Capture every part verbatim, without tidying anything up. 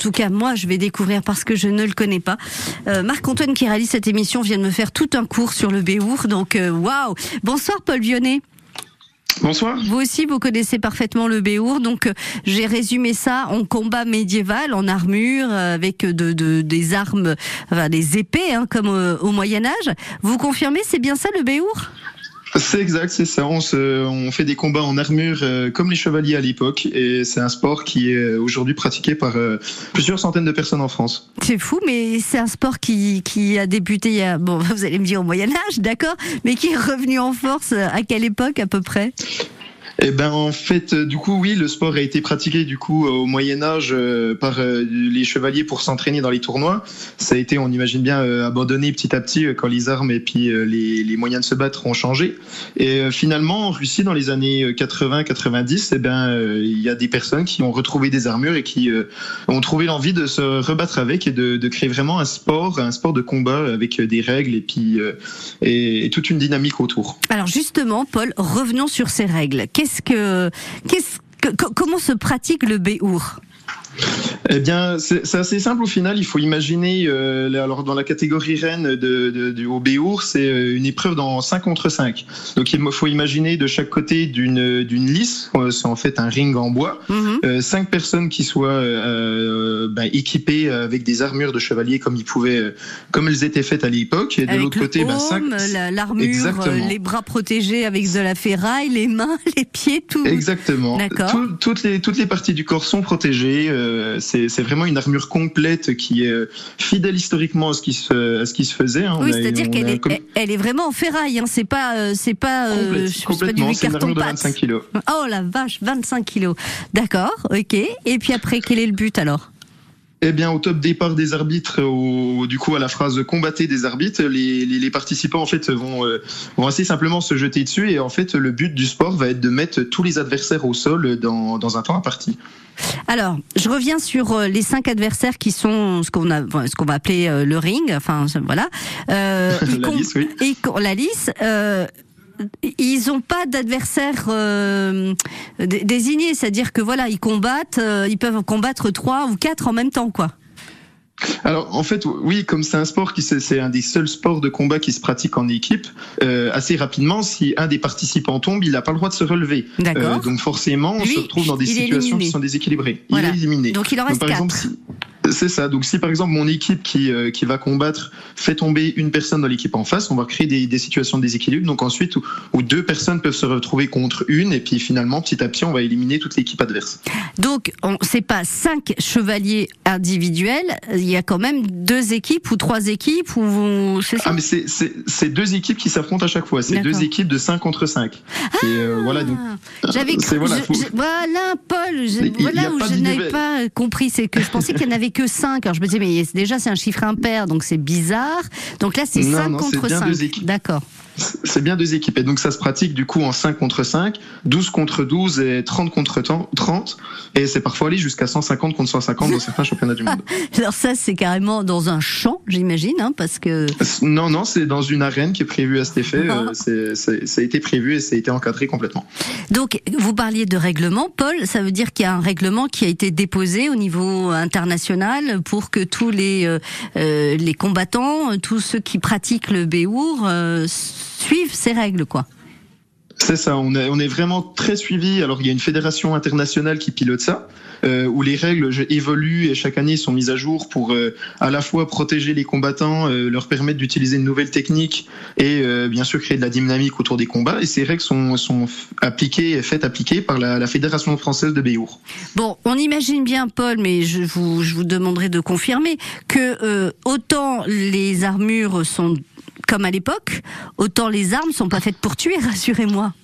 tout cas, moi, je vais découvrir parce que je ne le connais pas. Euh, Marc-Antoine qui réalise cette émission vient de me faire tout un cours sur le Béour, donc waouh wow. Bonsoir Paul Vionnet. Bonsoir. Vous aussi, vous connaissez parfaitement le Béour, donc euh, j'ai résumé ça en combat médiéval, en armure, euh, avec de, de, des armes, enfin des épées, hein, comme euh, au Moyen-Âge. Vous confirmez, c'est bien ça le Béour ? C'est exact, c'est ça. On, se, on fait des combats en armure euh, comme les chevaliers à l'époque, et c'est un sport qui est aujourd'hui pratiqué par euh, plusieurs centaines de personnes en France. C'est fou, mais c'est un sport qui, qui a débuté il y a, bon, vous allez me dire au Moyen-Âge, d'accord, mais qui est revenu en force à quelle époque à peu près ? Eh ben en fait, du coup, oui, le sport a été pratiqué du coup au Moyen Âge euh, par euh, les chevaliers pour s'entraîner dans les tournois. Ça a été, on imagine bien, euh, abandonné petit à petit euh, quand les armes et puis euh, les, les moyens de se battre ont changé. Et euh, finalement, en Russie, dans les années quatre-vingts quatre-vingt-dix, eh ben euh, il y a des personnes qui ont retrouvé des armures et qui euh, ont trouvé l'envie de se rebattre avec et de, de créer vraiment un sport, un sport de combat avec des règles et puis euh, et, et toute une dynamique autour. Alors justement, Paul, revenons sur ces règles. Qu'est-ce que, qu'est-ce que, comment se pratique le Béour ? Eh bien, c'est, c'est assez simple au final. Il faut imaginer, euh, alors dans la catégorie reine de, de, du au Béour, c'est une épreuve dans cinq contre cinq. Donc il faut imaginer de chaque côté d'une, d'une lice, c'est en fait un ring en bois, mm-hmm. euh, cinq personnes qui soient euh, ben, équipées avec des armures de chevalier comme ils pouvaient, comme elles étaient faites à l'époque. Et de avec l'autre côté, home, ben, cinq, la, l'armure, exactement. Les bras protégés avec de la ferraille, les mains, les pieds, tout. Exactement. D'accord. Tout, toutes les toutes les parties du corps sont protégées. Euh, c'est, c'est vraiment une armure complète qui est fidèle historiquement à ce qui se, à ce qui se faisait. Hein. Oui, on c'est-à-dire a, qu'elle est, comme... elle est vraiment en ferraille. Hein. C'est pas, euh, c'est pas, euh, Complète, je complètement. Pas du c'est une armure de vingt-cinq kilos. Oh la vache, vingt-cinq kilos. D'accord, ok. Et puis après, quel est le but alors ? Eh bien, au top départ des arbitres, au, du coup, à la phrase « combattez des arbitres », les, les, les participants en fait vont, euh, vont assez simplement se jeter dessus. Et en fait, le but du sport va être de mettre tous les adversaires au sol dans, dans un temps imparti. Alors, je reviens sur les cinq adversaires qui sont ce qu'on a, ce qu'on va appeler le ring. Enfin, voilà. Euh, la com- lice, oui. Et la lice. Euh, Ils n'ont pas d'adversaire euh, désigné, c'est-à-dire que voilà, ils combattent, euh, ils peuvent combattre trois ou quatre en même temps, quoi. Alors en fait oui, comme c'est un sport qui c'est, c'est un des seuls sports de combat qui se pratique en équipe, euh, assez rapidement si un des participants tombe, il n'a pas le droit de se relever. D'accord. Euh, donc forcément on Lui, se retrouve dans des situations qui sont déséquilibrées. Voilà. Il est éliminé. Donc il en reste donc, par quatre. exemple, si, c'est ça. Donc si par exemple mon équipe qui euh, qui va combattre fait tomber une personne dans l'équipe en face, on va créer des, des situations de déséquilibre. Donc ensuite où, où deux personnes peuvent se retrouver contre une et puis finalement petit à petit on va éliminer toute l'équipe adverse. Donc on c'est pas cinq chevaliers individuels, il y a quand même deux équipes ou trois équipes ou c'est ça ? Ah mais c'est c'est c'est deux équipes qui s'affrontent à chaque fois. C'est D'accord. deux équipes de cinq contre cinq. Ah, et euh, voilà donc. J'avais cru, voilà, je, faut... je, voilà Paul, je, il, voilà il où je n'avais pas compris, c'est que je pensais qu'il n'y en avait que cinq. Alors je me disais mais déjà c'est un chiffre impair donc c'est bizarre. Donc là c'est non, cinq non, contre cinq. D'accord. C'est bien deux équipes. Et donc ça se pratique du coup en cinq contre cinq, douze contre douze et trente contre trente. Et c'est parfois allé jusqu'à cent cinquante contre cent cinquante dans certains championnats du monde. Alors ça c'est carrément dans un champ, j'imagine, hein, parce que... Non, non, c'est dans une arène qui est prévue à cet effet. Ah. C'est, c'est, ça a été prévu et ça a été encadré complètement. Donc vous parliez de règlement, Paul, ça veut dire qu'il y a un règlement qui a été déposé au niveau international pour que tous les, euh, les combattants, tous ceux qui pratiquent le Béour... Euh, suivent ces règles, quoi. C'est ça, on est, on est vraiment très suivi. Alors il y a une fédération internationale qui pilote ça, euh, où les règles évoluent et chaque année sont mises à jour pour euh, à la fois protéger les combattants, euh, leur permettre d'utiliser une nouvelle technique et euh, bien sûr créer de la dynamique autour des combats. Et ces règles sont, sont appliquées et faites appliquer par la, la fédération française de Béour. Bon, on imagine bien, Paul, mais je vous, je vous demanderai de confirmer que euh, autant les armures sont comme à l'époque, autant les armes sont pas faites pour tuer, rassurez-moi.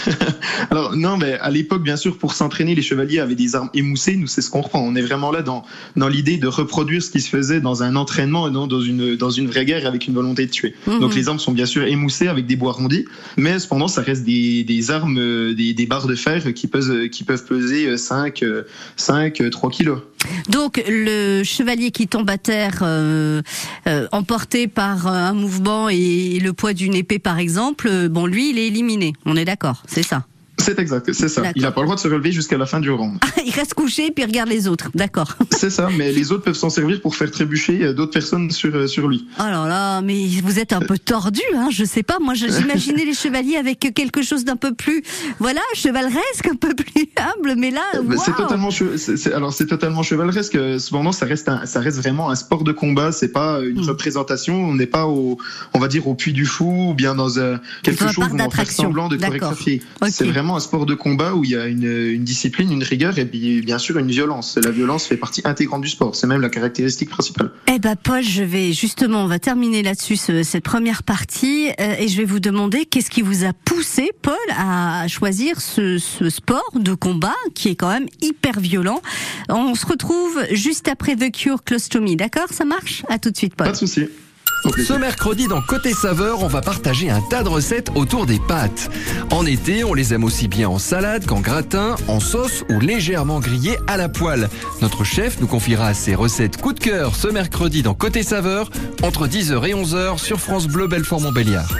Alors non, mais à l'époque, bien sûr, pour s'entraîner, les chevaliers avaient des armes émoussées. Nous, c'est ce qu'on reprend. On est vraiment là dans dans l'idée de reproduire ce qui se faisait dans un entraînement et non dans une dans une vraie guerre avec une volonté de tuer. Mmh. Donc les armes sont bien sûr émoussées avec des bois arrondis, mais cependant, ça reste des des armes, des des barres de fer qui peuvent qui peuvent peser cinq, trois kilos. Donc le chevalier qui tombe à terre, euh, euh, emporté par un mouvement et le poids d'une épée, par exemple, bon, lui, il est éliminé. On est d'accord, c'est ça. C'est exact, c'est ça. D'accord. Il n'a pas le droit de se relever jusqu'à la fin du round. Il reste couché puis il regarde les autres, d'accord. C'est ça, mais les autres peuvent s'en servir pour faire trébucher d'autres personnes sur, sur lui. Oh là là, mais vous êtes un peu tordu, hein, je sais pas. Moi, j'imaginais les chevaliers avec quelque chose d'un peu plus, voilà, chevaleresque, un peu plus humble, mais là, wow. C'est totalement, c'est, c'est, alors c'est totalement chevaleresque. Cependant, ça reste, un, ça reste vraiment un sport de combat. C'est pas une mmh. représentation. On n'est pas au, on va dire, au Puy du Fou ou bien dans un, quelque chose où on fait semblant de chorégraphier. Okay. C'est vraiment un sport de combat où il y a une, une discipline, une rigueur et puis bien sûr une violence. La violence fait partie intégrante du sport. C'est même la caractéristique principale. Eh ben Paul, je vais justement, on va terminer là-dessus ce, cette première partie euh, et je vais vous demander qu'est-ce qui vous a poussé, Paul, à choisir ce, ce sport de combat qui est quand même hyper violent. On se retrouve juste après The Cure, Close to Me. D'accord, ça marche ? À tout de suite, Paul. Pas de souci. Ce mercredi, dans Côté Saveur, on va partager un tas de recettes autour des pâtes. En été, on les aime aussi bien en salade qu'en gratin, en sauce ou légèrement grillées à la poêle. Notre chef nous confiera ses recettes coup de cœur ce mercredi dans Côté Saveur, entre dix heures et onze heures sur France Bleu Belfort-Montbéliard.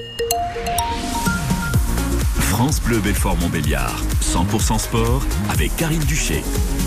France Bleu Belfort-Montbéliard, cent pour cent sport avec Karine Duché.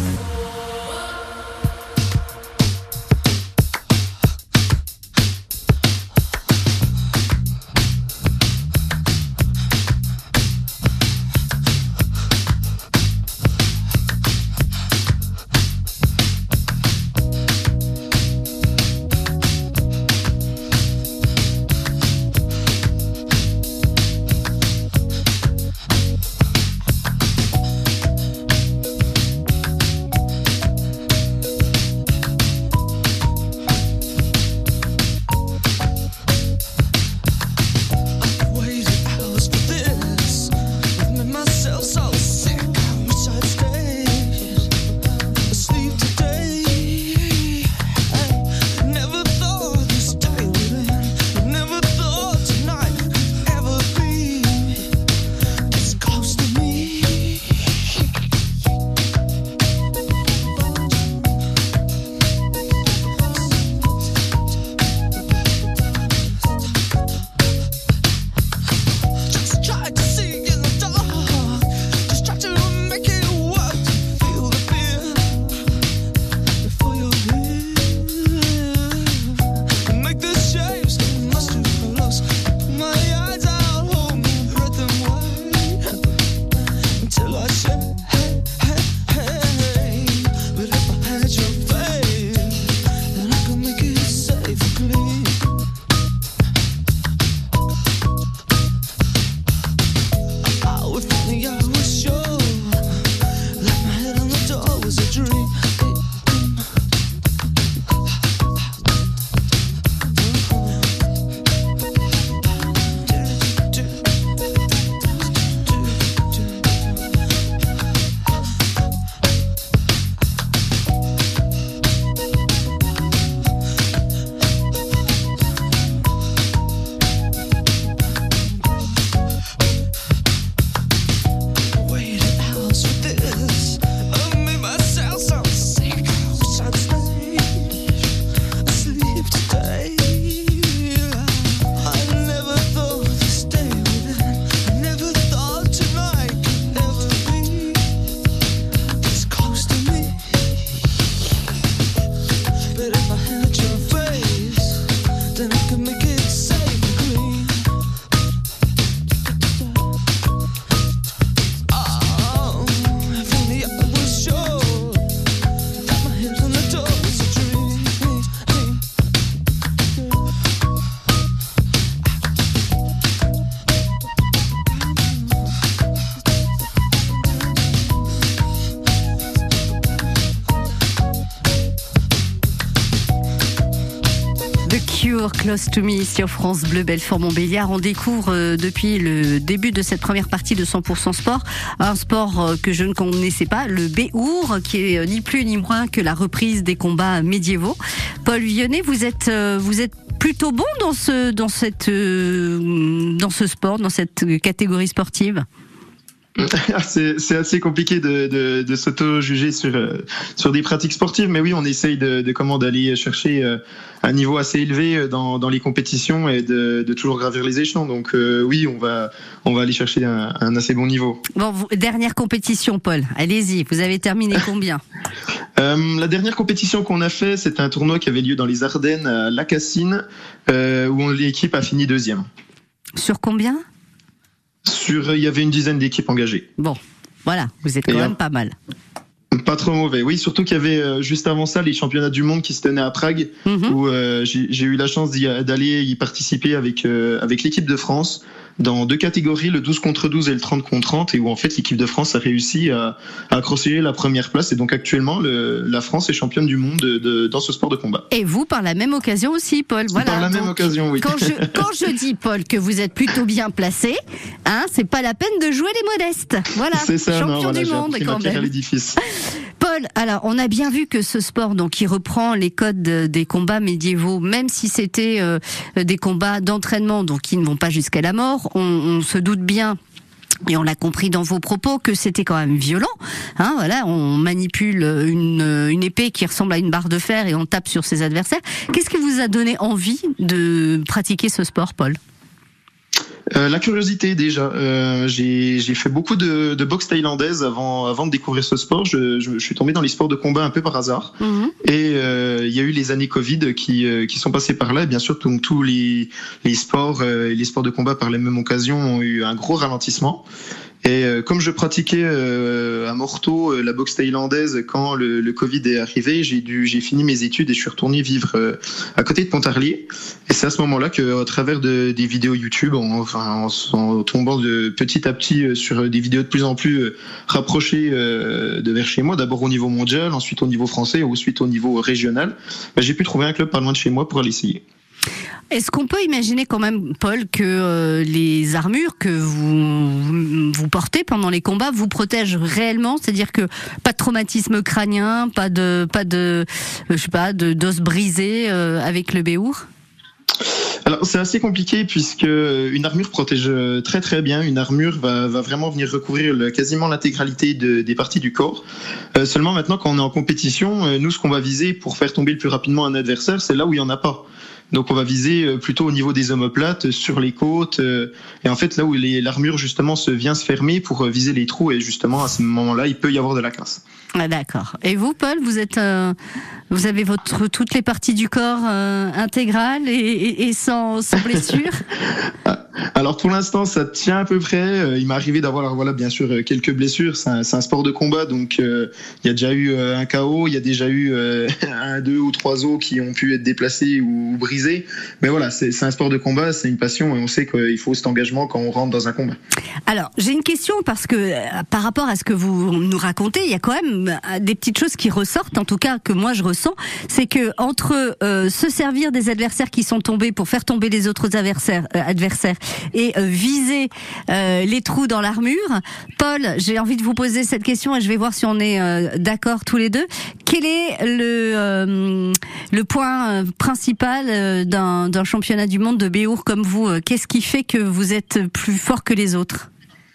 Cure, Close to Me sur France Bleu Belfort-Montbéliard. On découvre euh, depuis le début de cette première partie de cent pour cent sport un sport euh, que je ne connaissais pas, le béour, qui est euh, ni plus ni moins que la reprise des combats médiévaux. Paul Vionnet, vous êtes euh, vous êtes plutôt bon dans ce dans cette euh, dans ce sport, dans cette catégorie sportive. c'est, c'est assez compliqué de, de, de s'auto-juger sur, euh, sur des pratiques sportives, mais oui, on essaye de, de comment d'aller chercher euh, un niveau assez élevé dans, dans les compétitions et de, de toujours gravir les échelons. Donc euh, oui, on va, on va aller chercher un, un assez bon niveau. Bon, vous, dernière compétition, Paul. Allez-y, vous avez terminé combien? euh, La dernière compétition qu'on a fait, c'était un tournoi qui avait lieu dans les Ardennes à Lacassine, euh, où l'équipe a fini deuxième. Sur combien? Sur, il y avait une dizaine d'équipes engagées. Bon, voilà, vous êtes quand Et même un... pas mal. Pas trop mauvais, oui, surtout qu'il y avait euh, juste avant ça les championnats du monde qui se tenaient à Prague, mmh. où euh, j'ai, j'ai eu la chance d'y, d'aller y participer avec, euh, avec l'équipe de France dans deux catégories, le douze contre douze et le trente contre trente, et où en fait l'équipe de France a réussi à, à accrocher la première place, et donc actuellement le, la France est championne du monde de, de, dans ce sport de combat. Et vous par la même occasion aussi, Paul. Voilà. Par la donc, même occasion, oui. Quand je, quand je dis, Paul, que vous êtes plutôt bien placé, hein, c'est pas la peine de jouer les modestes. Voilà, c'est ça, champion non, voilà, du monde quand même. Paul, alors on a bien vu que ce sport, donc, qui reprend les codes des combats médiévaux, même si c'était euh, des combats d'entraînement, donc qui ne vont pas jusqu'à la mort, on, on se doute bien. Et on l'a compris dans vos propos que c'était quand même violent. Hein, voilà, on manipule une, une épée qui ressemble à une barre de fer et on tape sur ses adversaires. Qu'est-ce qui vous a donné envie de pratiquer ce sport, Paul ? Euh, la curiosité déjà. Euh, j'ai, j'ai fait beaucoup de, de boxe thaïlandaise avant, avant de découvrir ce sport. Je, je, je suis tombé dans les sports de combat un peu par hasard. Mmh. Et euh, il y a eu les années Covid qui, euh, qui sont passées par là. Et bien sûr, donc, tous les, les sports, euh, les sports de combat par la même occasion ont eu un gros ralentissement. Et euh, comme je pratiquais euh, à Morteau euh, la boxe thaïlandaise quand le, le Covid est arrivé, j'ai dû, j'ai fini mes études et je suis retourné vivre euh, à côté de Pontarlier. Et c'est à ce moment-là que, à travers de, des vidéos YouTube, en, enfin, en, en tombant de petit à petit sur des vidéos de plus en plus euh, rapprochées euh, de vers chez moi, d'abord au niveau mondial, ensuite au niveau français, ensuite au niveau régional, bah, j'ai pu trouver un club pas loin de chez moi pour aller essayer. Est-ce qu'on peut imaginer quand même, Paul, que euh, les armures que vous, vous portez pendant les combats vous protègent réellement ? C'est-à-dire que pas de traumatisme crânien, pas de, pas de, je sais pas, de d'os brisé euh, avec le béour ? Alors c'est assez compliqué puisque une armure protège très très bien. Une armure va, va vraiment venir recouvrir le, quasiment l'intégralité de, des parties du corps. Euh, seulement maintenant quand on est en compétition, nous ce qu'on va viser pour faire tomber le plus rapidement un adversaire, c'est là où il y en a pas. Donc on va viser plutôt au niveau des omoplates, sur les côtes, et en fait là où les, l'armure justement se vient se fermer pour viser les trous, et justement à ce moment-là il peut y avoir de la casse. Ah, d'accord. Et vous, Paul, vous êtes, euh, vous avez votre toutes les parties du corps euh, intégrales et, et, et sans, sans blessure. Alors pour l'instant ça tient à peu près. Il m'est arrivé d'avoir alors, voilà bien sûr quelques blessures. C'est un, c'est un sport de combat donc euh, il y a déjà eu un K O, il y a déjà eu euh, un, deux ou trois os qui ont pu être déplacés ou, ou brisés. Mais voilà c'est, c'est un sport de combat, c'est une passion et on sait qu'il faut cet engagement quand on rentre dans un combat. Alors j'ai une question parce que euh, par rapport à ce que vous nous racontez, il y a quand même des petites choses qui ressortent, en tout cas que moi je ressens, c'est que entre euh, se servir des adversaires qui sont tombés pour faire tomber les autres adversaires, euh, adversaires et euh, viser euh, les trous dans l'armure. Paul, j'ai envie de vous poser cette question et je vais voir si on est euh, d'accord tous les deux. Quel est le euh, le point principal euh, d'un, d'un championnat du monde de béour comme vous ? Qu'est-ce qui fait que vous êtes plus fort que les autres ?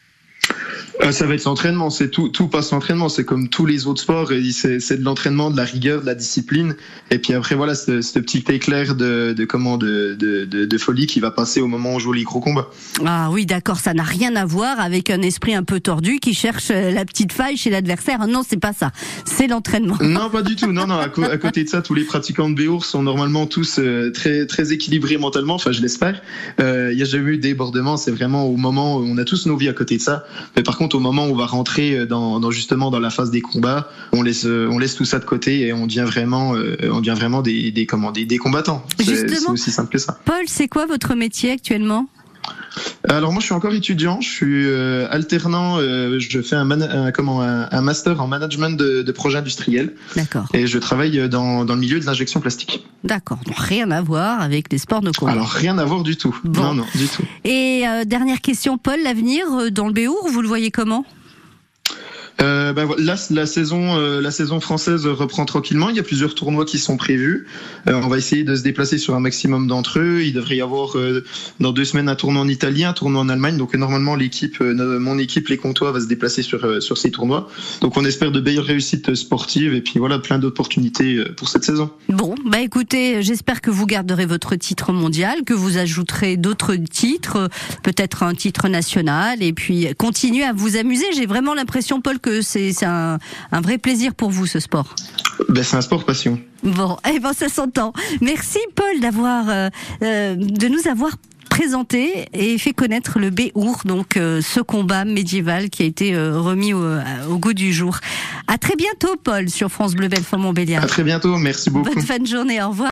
Euh, ça va être l'entraînement, c'est tout, tout passe l'entraînement, c'est comme tous les autres sports, et c'est, c'est de l'entraînement, de la rigueur, de la discipline, et puis après voilà, ce, ce petit éclair de, de comment, de, de, de, de folie qui va passer au moment où on joue les gros combats. Ah oui, d'accord, ça n'a rien à voir avec un esprit un peu tordu qui cherche la petite faille chez l'adversaire. Non, c'est pas ça, c'est l'entraînement. Non, pas du tout. Non, non. À, co- à côté de ça, tous les pratiquants de béour sont normalement tous euh, très, très équilibrés mentalement. Enfin, je l'espère. Il euh, y a jamais eu débordement. C'est vraiment au moment où on a tous nos vies à côté de ça. Mais par contre, au moment où on va rentrer dans, dans justement dans la phase des combats, on laisse, on laisse tout ça de côté et on devient vraiment, euh, on devient vraiment des, des, comment, des, des combattants. C'est, c'est aussi simple que ça. Paul, c'est quoi votre métier actuellement ? Alors moi je suis encore étudiant, je suis euh, alternant, euh, je fais un, man- un, comment, un, un master en management de, de projets industriels. D'accord. Et je travaille dans, dans le milieu de l'injection plastique. D'accord, donc rien à voir avec les sports de combat. Alors rien à voir du tout, bon. non non du tout. Et euh, dernière question Paul, l'avenir dans le béour, vous le voyez comment ? Euh, ben, là, la saison, euh, la saison française reprend tranquillement. Il y a plusieurs tournois qui sont prévus. Euh, on va essayer de se déplacer sur un maximum d'entre eux. Il devrait y avoir euh, dans deux semaines un tournoi en Italie, un tournoi en Allemagne. Donc normalement, l'équipe, euh, mon équipe, les Comtois, va se déplacer sur euh, sur ces tournois. Donc on espère de belles réussites sportives et puis voilà, plein d'opportunités pour cette saison. Bon, bah écoutez, j'espère que vous garderez votre titre mondial, que vous ajouterez d'autres titres, peut-être un titre national, et puis continuez à vous amuser. J'ai vraiment l'impression, Paul, que c'est, c'est un, un vrai plaisir pour vous, ce sport. Ben, c'est un sport passion. Bon, eh ben ça s'entend. Merci, Paul, d'avoir, euh, euh, de nous avoir présenté et fait connaître le Béour, donc euh, ce combat médiéval qui a été euh, remis au, au goût du jour. À très bientôt, Paul, sur France Bleu Belfort Montbéliard. À très bientôt, merci beaucoup. Bonne fin de journée, au revoir.